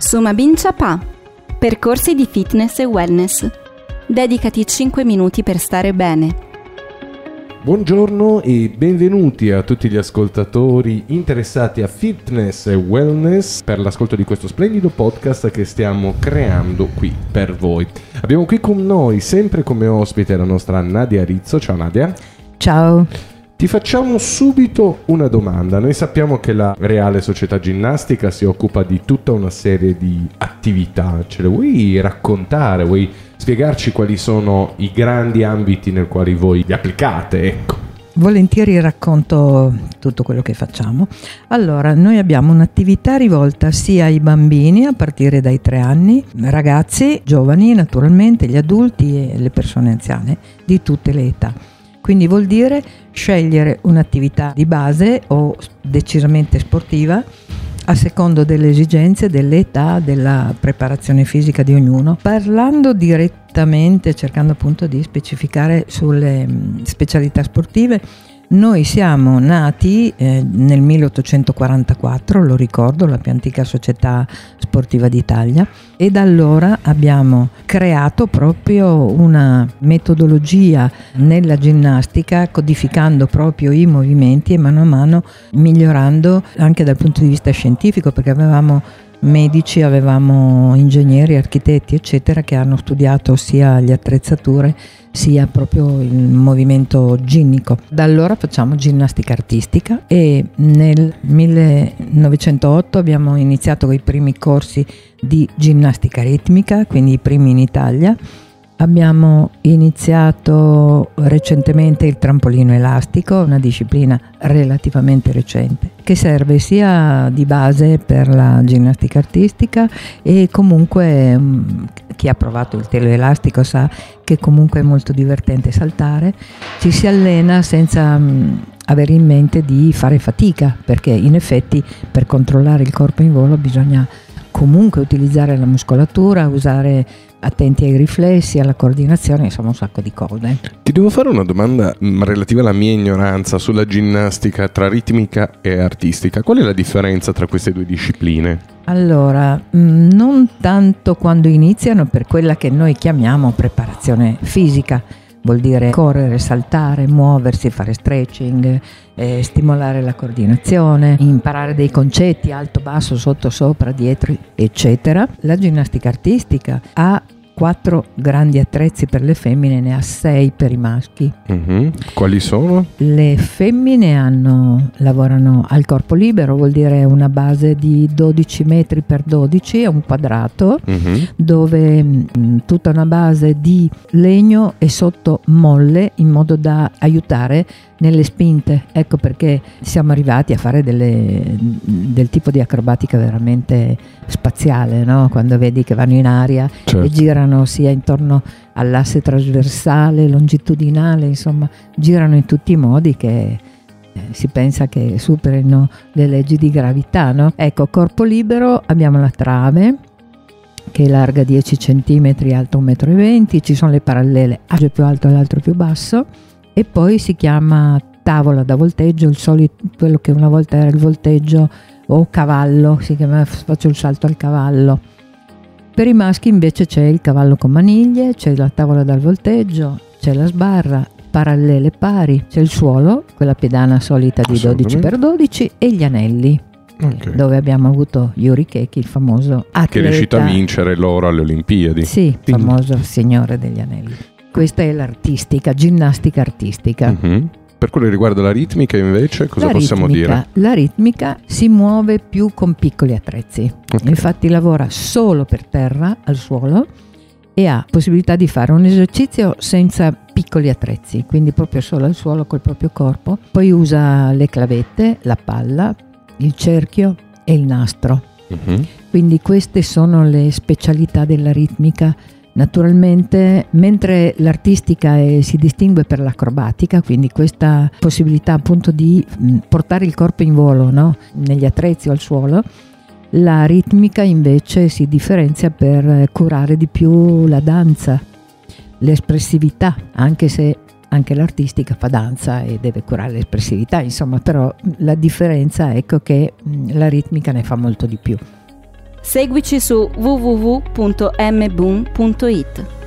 Suma Bincia Pa. Percorsi di fitness e wellness. Dedicati 5 minuti per stare bene. Buongiorno e benvenuti a tutti gli ascoltatori interessati a fitness e wellness per l'ascolto di questo splendido podcast che stiamo creando qui per voi. Abbiamo qui con noi, sempre come ospite, la nostra Nadia Rizzo. Ciao Nadia. Ciao. Ti facciamo subito una domanda. Noi sappiamo che la Reale Società Ginnastica si occupa di tutta una serie di attività. Ce le vuoi raccontare? Vuoi spiegarci quali sono i grandi ambiti nel quali voi li applicate? Ecco. Volentieri racconto tutto quello che facciamo. Allora, noi abbiamo un'attività rivolta sia ai bambini a partire dai 3 anni, ragazzi, giovani naturalmente, gli adulti e le persone anziane di tutte le età. Quindi vuol dire scegliere un'attività di base o decisamente sportiva a secondo delle esigenze, dell'età, della preparazione fisica di ognuno. Parlando direttamente, cercando appunto di specificare sulle specialità sportive, noi siamo nati nel 1844, lo ricordo, la più antica società sportiva d'Italia, e da allora abbiamo creato proprio una metodologia nella ginnastica, codificando proprio i movimenti e mano a mano migliorando anche dal punto di vista scientifico, perché avevamo medici, avevamo ingegneri, architetti eccetera che hanno studiato sia le attrezzature sia proprio il movimento ginnico. Da allora facciamo ginnastica artistica e nel 1908 abbiamo iniziato con i primi corsi di ginnastica ritmica, quindi i primi in Italia. Abbiamo iniziato recentemente il trampolino elastico, una disciplina relativamente recente, che serve sia di base per la ginnastica artistica e comunque chi ha provato il telo elastico sa che comunque è molto divertente saltare. Ci si allena senza avere in mente di fare fatica, perché in effetti per controllare il corpo in volo bisogna comunque utilizzare la muscolatura, usare attenti ai riflessi, alla coordinazione, insomma un sacco di cose. Ti devo fare una domanda relativa alla mia ignoranza sulla ginnastica tra ritmica e artistica. Qual è la differenza tra queste due discipline? Allora, non tanto quando iniziano per quella che noi chiamiamo preparazione fisica. Vuol dire correre, saltare, muoversi, fare stretching, stimolare la coordinazione, imparare dei concetti alto, basso, sotto, sopra, dietro, eccetera. La ginnastica artistica ha 4 grandi attrezzi per le femmine, ne ha 6 per i maschi. Quali sono? Le femmine lavorano al corpo libero, vuol dire una base di 12 metri per 12, è un quadrato, dove tutta una base di legno e sotto molle in modo da aiutare nelle spinte. Ecco perché siamo arrivati a fare del tipo di acrobatica veramente spaziale, no? Quando vedi che vanno in aria, certo, e girano sia intorno all'asse trasversale, longitudinale, insomma girano in tutti i modi che si pensa che superino le leggi di gravità, no? Ecco, corpo libero, abbiamo la trave che è larga 10 cm, alta 1,20 m, ci sono le parallele, l'altro più alto e l'altro più basso, e poi si chiama tavola da volteggio, il solito, quello che una volta era il volteggio, o cavallo, si chiama, faccio il salto al cavallo. Per i maschi invece c'è il cavallo con maniglie, c'è la tavola da volteggio, c'è la sbarra, parallele pari, c'è il suolo, quella pedana solita di 12x12 e gli anelli. Okay. Dove abbiamo avuto Yuri Keki, il famoso atleta che è riuscito a vincere l'oro alle Olimpiadi. Sì, il famoso signore degli anelli. Questa è l'artistica, ginnastica artistica. Per quello che riguarda la ritmica invece, cosa possiamo dire? La ritmica si muove più con piccoli attrezzi. Okay. Infatti lavora solo per terra, al suolo, e ha possibilità di fare un esercizio senza piccoli attrezzi, quindi proprio solo al suolo col proprio corpo. Poi usa le clavette, la palla, il cerchio e il nastro. Quindi queste sono le specialità della ritmica. Naturalmente, mentre l'artistica si distingue per l'acrobatica, quindi questa possibilità appunto di portare il corpo in volo, no? Negli attrezzi o al suolo, la ritmica invece si differenzia per curare di più la danza, l'espressività, anche se anche l'artistica fa danza e deve curare l'espressività, insomma, però la differenza ecco che la ritmica ne fa molto di più. Seguici su www.mboom.it.